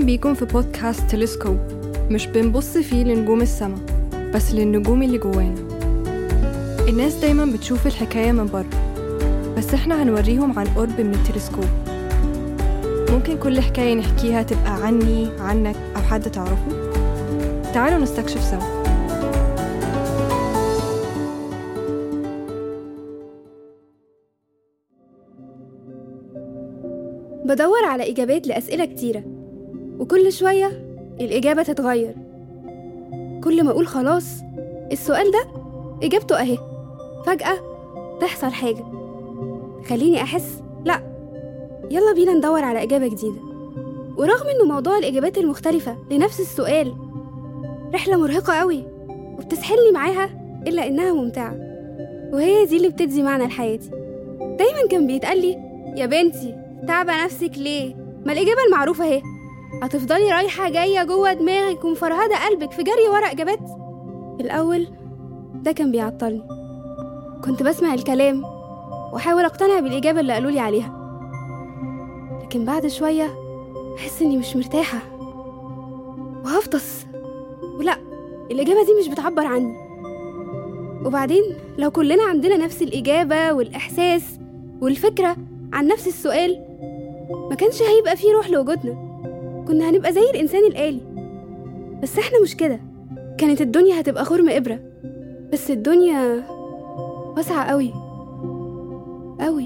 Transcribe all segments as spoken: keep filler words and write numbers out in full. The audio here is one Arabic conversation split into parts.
بيكم في بودكاست تلسكوب. مش بنبص فيه لنجوم السما بس للنجوم اللي جوانا. الناس دايما بتشوف الحكاية من بره، بس احنا هنوريهم عن قرب من التلسكوب. ممكن كل حكاية نحكيها تبقى عني، عنك، أو حد تعرفه. تعالوا نستكشف سوا. بدور على إجابات لأسئلة كتيرة، وكل شوية الإجابة تتغير. كل ما أقول خلاص السؤال ده إجابته أهي، فجأة تحصل حاجة خليني أحس لأ، يلا بينا ندور على إجابة جديدة. ورغم إنه موضوع الإجابات المختلفة لنفس السؤال رحلة مرهقة قوي وبتسحلني معاها، إلا إنها ممتعة، وهي دي اللي بتدي معنى لحياتي. دايما كان بيتقالي يا بنتي تعبة نفسك ليه؟ ما الإجابة المعروفة اهي. هتفضلي رايحة جاية جوه دماغك ومفرهدة قلبك في جري ورا إجابات؟ في الأول ده كان بيعطلني، كنت بسمع الكلام وحاول أقتنع بالإجابة اللي قالولي عليها، لكن بعد شوية أحس إني مش مرتاحة وهفطس، ولا الإجابة دي مش بتعبر عني. وبعدين لو كلنا عندنا نفس الإجابة والإحساس والفكرة عن نفس السؤال، ما كانش هيبقى فيه روح لوجودنا، كنا هنبقى زي الإنسان الآلي. بس احنا مش كده، كانت الدنيا هتبقى خرم إبرة، بس الدنيا واسعة قوي قوي.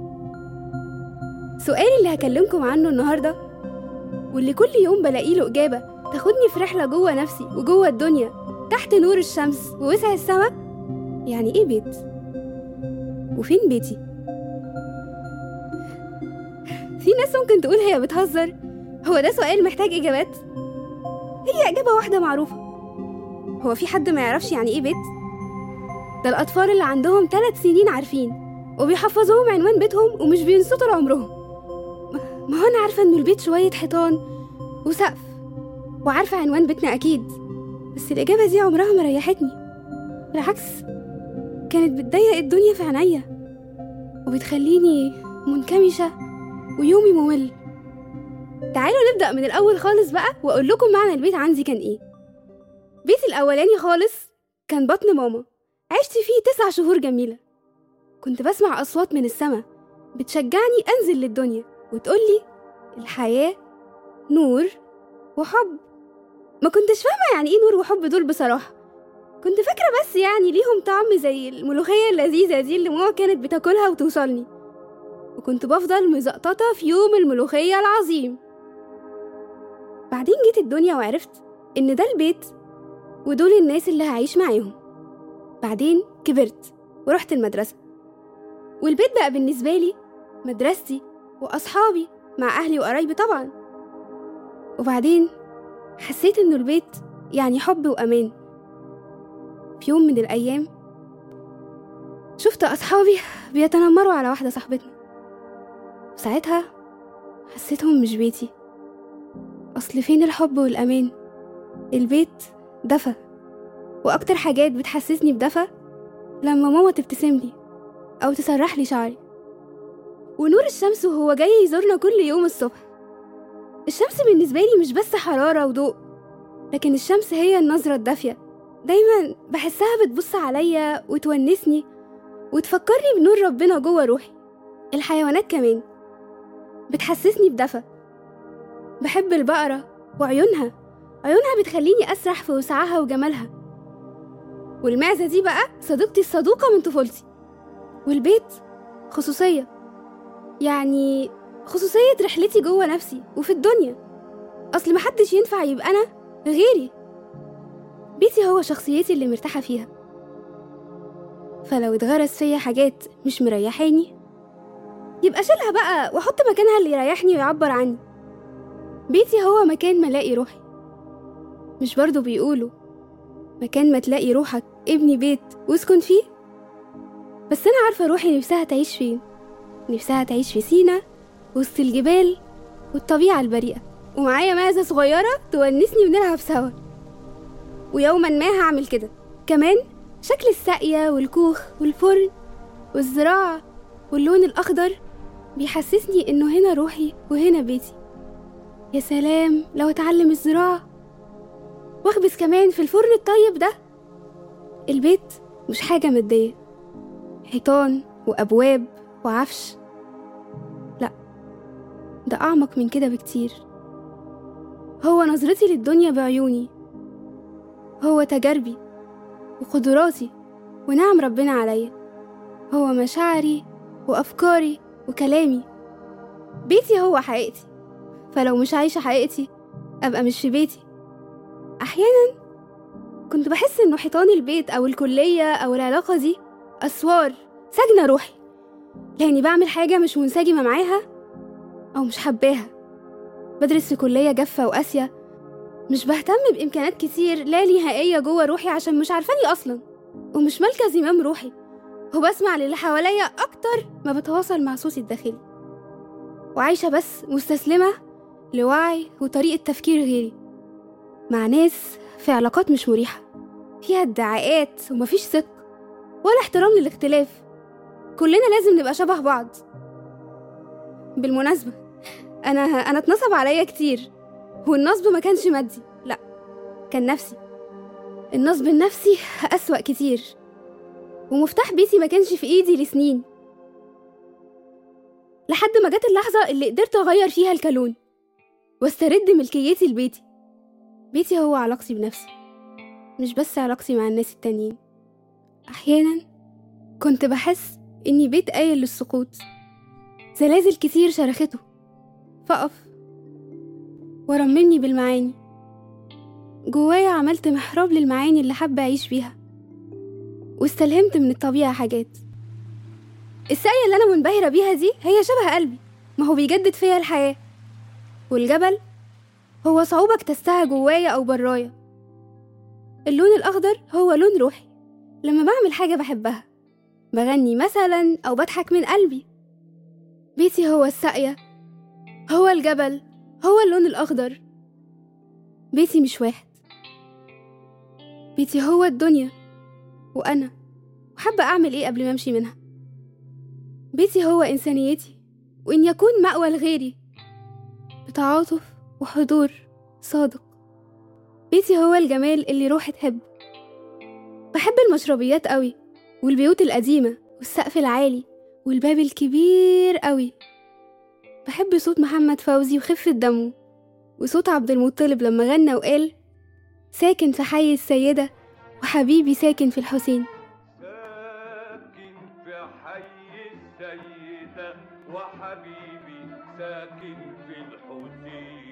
سؤالي اللي هكلمكم عنه النهاردة، واللي كل يوم بلاقي له إجابة تاخدني في رحلة جوه نفسي وجوه الدنيا تحت نور الشمس ووسع السماء، يعني إيه بيت؟ وفين بيتي؟ في ناس ممكن تقول هي بتهزر، هو ده سؤال محتاج إجابات؟ هي إجابة واحدة معروفة. هو في حد ما يعرفش يعني إيه بيت؟ ده الأطفال اللي عندهم ثلاث سنين عارفين وبيحفظوهم عنوان بيتهم ومش بينسوا طول عمرهم. ما هو أنا عارفة إنه البيت شوية حيطان وسقف، وعارفة عنوان بيتنا أكيد، بس الإجابة دي عمرها ما ريحتني، بالعكس كانت بتضيق الدنيا في عينيا وبتخليني منكمشة ويومي ممل. تعالوا نبدأ من الأول خالص بقى وأقول لكم معنى البيت عندي كان إيه. بيتي الأولاني خالص كان بطن ماما، عشت فيه تسع شهور جميلة. كنت بسمع أصوات من السما بتشجعني أنزل للدنيا وتقولي الحياة نور وحب. ما كنتش فاهمة يعني إيه نور وحب دول بصراحة، كنت فاكرة بس يعني ليهم طعم زي الملوخية اللذيذة دي اللي ماما كانت بتاكلها وتوصلني، وكنت بفضل مزقططة في يوم الملوخية العظيم. بعدين جيت الدنيا وعرفت إن ده البيت ودول الناس اللي هعيش معاهم. بعدين كبرت ورحت المدرسة، والبيت بقى بالنسبة لي مدرستي وأصحابي مع أهلي وقرايبي طبعا. وبعدين حسيت إنه البيت يعني حب وأمان. في يوم من الأيام شفت أصحابي بيتنمروا على واحدة صاحبتنا، وساعتها حسيتهم مش بيتي. أصل فين الحب والأمان؟ البيت دفى، وأكتر حاجات بتحسسني بدفى لما ماما تبتسم لي أو تسرح لي شعري، ونور الشمس وهو جاي يزورنا كل يوم الصبح. الشمس بالنسبة لي مش بس حرارة وضوء، لكن الشمس هي النظرة الدافية، دايما بحسها بتبص عليا وتونسني وتفكرني بنور ربنا جوه روحي. الحيوانات كمان بتحسسني بدفى، بحب البقرة وعيونها، عيونها بتخليني أسرح في وسعها وجمالها. والمعزة دي بقى صديقتي الصدوقة من طفولتي. والبيت خصوصية، يعني خصوصية رحلتي جوه نفسي وفي الدنيا، أصل محدش ينفع يبقى أنا غيري. بيتي هو شخصيتي اللي مرتاحة فيها، فلو اتغرس فيا حاجات مش مريحاني يبقى شيلها بقى وحط مكانها اللي يريحني ويعبر عني. بيتي هو مكان ما الاقي روحي. مش برضو بيقولوا مكان ما تلاقي روحك ابني بيت واسكن فيه؟ بس انا عارفة روحي نفسها تعيش فين. نفسها تعيش في سينا وسط الجبال والطبيعة البريئة، ومعايا معزة صغيرة تونسني ونلعب سوا. ويوما ما هعمل كده كمان. شكل الساقية والكوخ والفرن والزراعة واللون الأخضر بيحسسني إنه هنا روحي وهنا بيتي. يا سلام لو اتعلم الزراعة واخبز كمان في الفرن الطيب ده. البيت مش حاجة مادية، حيطان وأبواب وعفش، لا، ده أعمق من كده بكتير. هو نظرتي للدنيا بعيوني، هو تجاربي وقدراتي ونعم ربنا عليا، هو مشاعري وأفكاري وكلامي. بيتي هو حقيقتي، فلو مش عايشة حقيقتي أبقى مش في بيتي. أحيانا كنت بحس إنه حيطان البيت أو الكلية أو العلاقة دي أسوار سجنة روحي، لأني بعمل حاجة مش منسجمة معاها أو مش حباها. بدرس في كلية جافة وقاسية، مش بهتم بإمكانات كتير لا نهائية جوه روحي عشان مش عارفاني أصلا، ومش مالكة زمام روحي، وبسمع للي حواليا أكتر ما بتواصل مع صوتي الداخلي، وعايشة بس مستسلمة لوعي وطريقة تفكير غيري، مع ناس في علاقات مش مريحة فيها ادعاءات ومفيش صدق ولا احترام للاختلاف. كلنا لازم نبقى شبه بعض. بالمناسبة أنا أنا اتنصب عليا كتير، والنصب ما كانش مادي، لأ، كان نفسي. النصب النفسي أسوأ كتير، ومفتاح بيتي ما كانش في إيدي لسنين، لحد ما جت اللحظة اللي قدرت أغير فيها الكالون واسترد ملكيتي لبيتي. بيتي هو علاقتي بنفسي، مش بس علاقتي مع الناس التانيين. أحيانا كنت بحس إني بيت قايل للسقوط، زلازل كتير شرخته، فقف ورممني بالمعاني. جوايا عملت محراب للمعاني اللي حابة أعيش بيها، واستلهمت من الطبيعة حاجات. الساقية اللي أنا منبهرة بيها دي هي شبه قلبي، ما هو بيجدد فيا الحياة. والجبل هو صعوبة اكتستها جوايا أو برايا. اللون الأخضر هو لون روحي، لما بعمل حاجة بحبها، بغني مثلا أو بضحك من قلبي. بيتي هو الساقية، هو الجبل، هو اللون الأخضر. بيتي مش واحد، بيتي هو الدنيا وأنا، وحابة أعمل إيه قبل ما أمشي منها. بيتي هو إنسانيتي، وإن يكون مأوى لغيري بتعاطف وحضور صادق. بيتي هو الجمال اللي روحي تحب. بحب المشربيات قوي، والبيوت القديمة والسقف العالي والباب الكبير قوي. بحب صوت محمد فوزي وخفة دمه، وصوت عبد المطلب لما غنى وقال: ساكن في حي السيدة وحبيبي ساكن في الحسين. ساكن في حي السيدة وحبيبي ساكن في الحسين.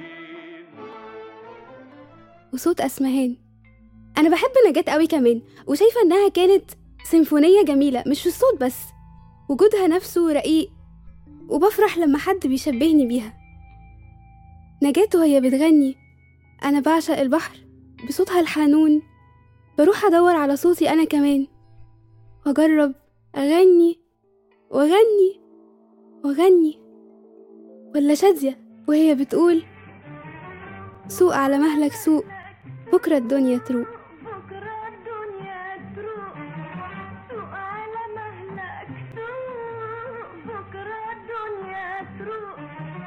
وصوت أسمهان. أنا بحب نجاة قوي كمان، وشايفة إنها كانت سيمفونية جميلة، مش في الصوت بس، وجودها نفسه رقيق، وبفرح لما حد بيشبهني بيها. نجاة وهي بتغني أنا بعشق البحر بصوتها الحنون، بروح أدور على صوتي أنا كمان، وأجرب أغني وأغني وأغني. ولا شادية وهي بتقول: سوق على مهلك سوق، بكرة الدنيا تروق. بكرة الدنيا تروق، سوق على مهلك سوق، بكرة الدنيا تروق.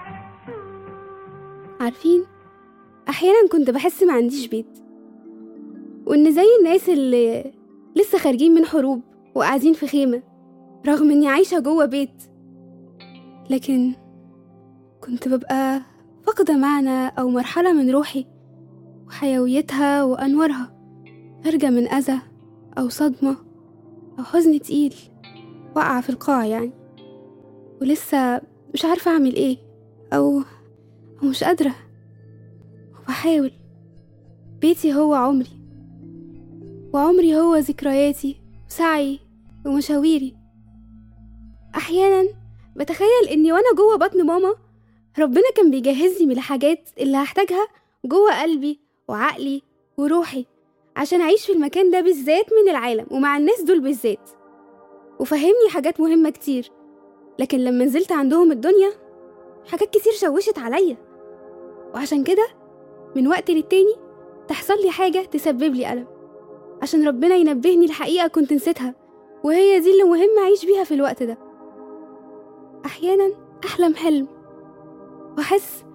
عارفين، أحيانا كنت بحس ما عنديش بيت، وإن زي الناس اللي لسه خارجين من حروب وقاعدين في خيمة، رغم إني عايشة جوه بيت، لكن كنت ببقى فقدة معنى أو مرحلة من روحي وحيويتها وأنوارها، خارجة من أذى أو صدمة أو حزن تقيل، وقع في القاع يعني، ولسه مش عارفة أعمل إيه، أو أو مش قادرة، وبحاول. بيتي هو عمري، وعمري هو ذكرياتي وسعي ومشاويري. أحيانا بتخيل إني وأنا جوه بطن ماما ربنا كان بيجهزني من الحاجات اللي هحتاجها جوه قلبي وعقلي وروحي عشان أعيش في المكان ده بالذات من العالم ومع الناس دول بالذات، وفهمني حاجات مهمة كتير. لكن لما نزلت عندهم الدنيا حاجات كتير شوشت عليا، وعشان كده من وقت للتاني تحصل لي حاجة تسبب لي ألم، عشان ربنا ينبهني الحقيقة كنت نسيتها، وهي دي اللي مهم أعيش بيها في الوقت ده. أحيانا أحلم حلم وأحس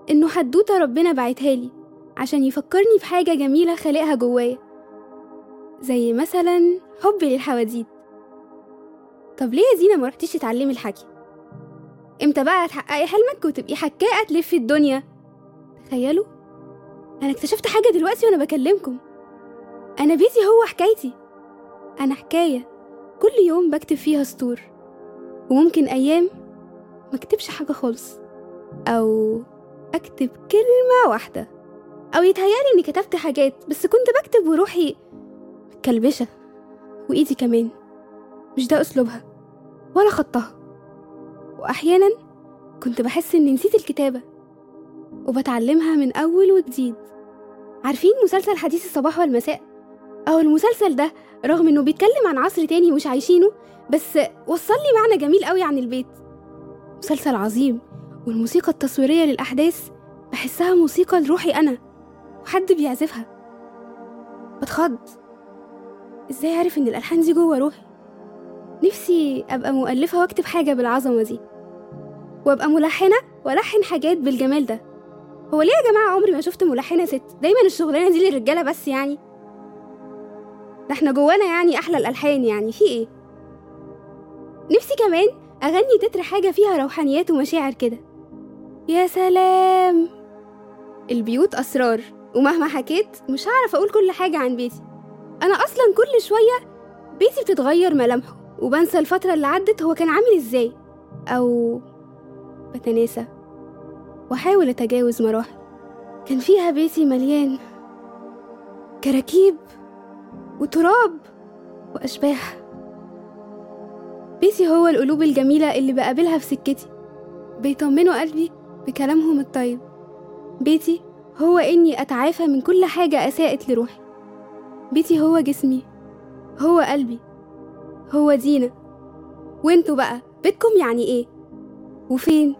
إنه حدوتة ربنا بعتها لي عشان يفكرني بحاجة جميلة خلقها جوايا، زي مثلا حبي للحواديت. طب ليه يا زينة ما رحتيش تتعلمي الحكي؟ امتى بقى هتحققي حلمك وتبقي حكاءة تلفي الدنيا؟ تخيلوا، أنا اكتشفت حاجة دلوقتي وأنا بكلمكم. أنا بيتي هو حكايتي. أنا حكاية كل يوم بكتب فيها سطور، وممكن أيام ما اكتبش حاجة خالص، أو أكتب كلمة واحدة، أو يتهيالي إني كتبت حاجات بس كنت بكتب وروحي متكلبشة، وإيدي كمان مش ده أسلوبها ولا خطها. وأحيانا كنت بحس إني نسيت الكتابة وبتعلمها من أول وجديد. عارفين مسلسل حديث الصباح والمساء؟ أو المسلسل ده رغم إنه بيتكلم عن عصر تاني مش عايشينه، بس وصل لي معنى جميل قوي عن البيت. مسلسل عظيم، والموسيقى التصويرية للأحداث بحسها موسيقى لروحي أنا وحد بيعزفها. بتخض، إزاي عارف إن الألحان دي جوه روحي؟ نفسي أبقى مؤلفة واكتب حاجة بالعظمة دي، وأبقى ملحنة ولحن حاجات بالجمال ده. هو ليه يا جماعة عمري ما شفت ملحنة ست؟ دايما الشغلانة دي للرجالة بس يعني. ده احنا جوانا يعني أحلى الألحان، يعني في إيه؟ نفسي كمان أغني تتر حاجة فيها روحانيات ومشاعر كده. يا سلام، البيوت أسرار، ومهما حكيت مش هعرف أقول كل حاجة عن بيتي. أنا أصلا كل شوية بيتي بتتغير ملامحه، وبنسى الفترة اللي عدت هو كان عامل إزاي، أو بتناسى وحاول أتجاوز مراحل كان فيها بيتي مليان كراكيب وتراب وأشباح. بيتي هو القلوب الجميلة اللي بقابلها في سكتي، بيطمنوا قلبي بكلامهم الطيب. بيتي هو إني أتعافى من كل حاجة أساءت لروحي. بيتي هو جسمي، هو قلبي، هو دينا. وانتوا بقى بيتكم يعني إيه؟ وفين؟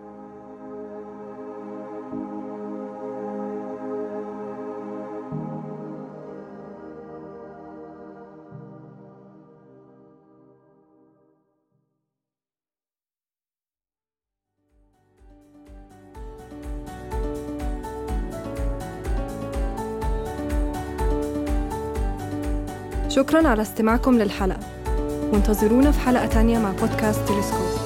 شكراً على استماعكم للحلقة، وانتظرونا في حلقة تانية مع بودكاست تلسكوب.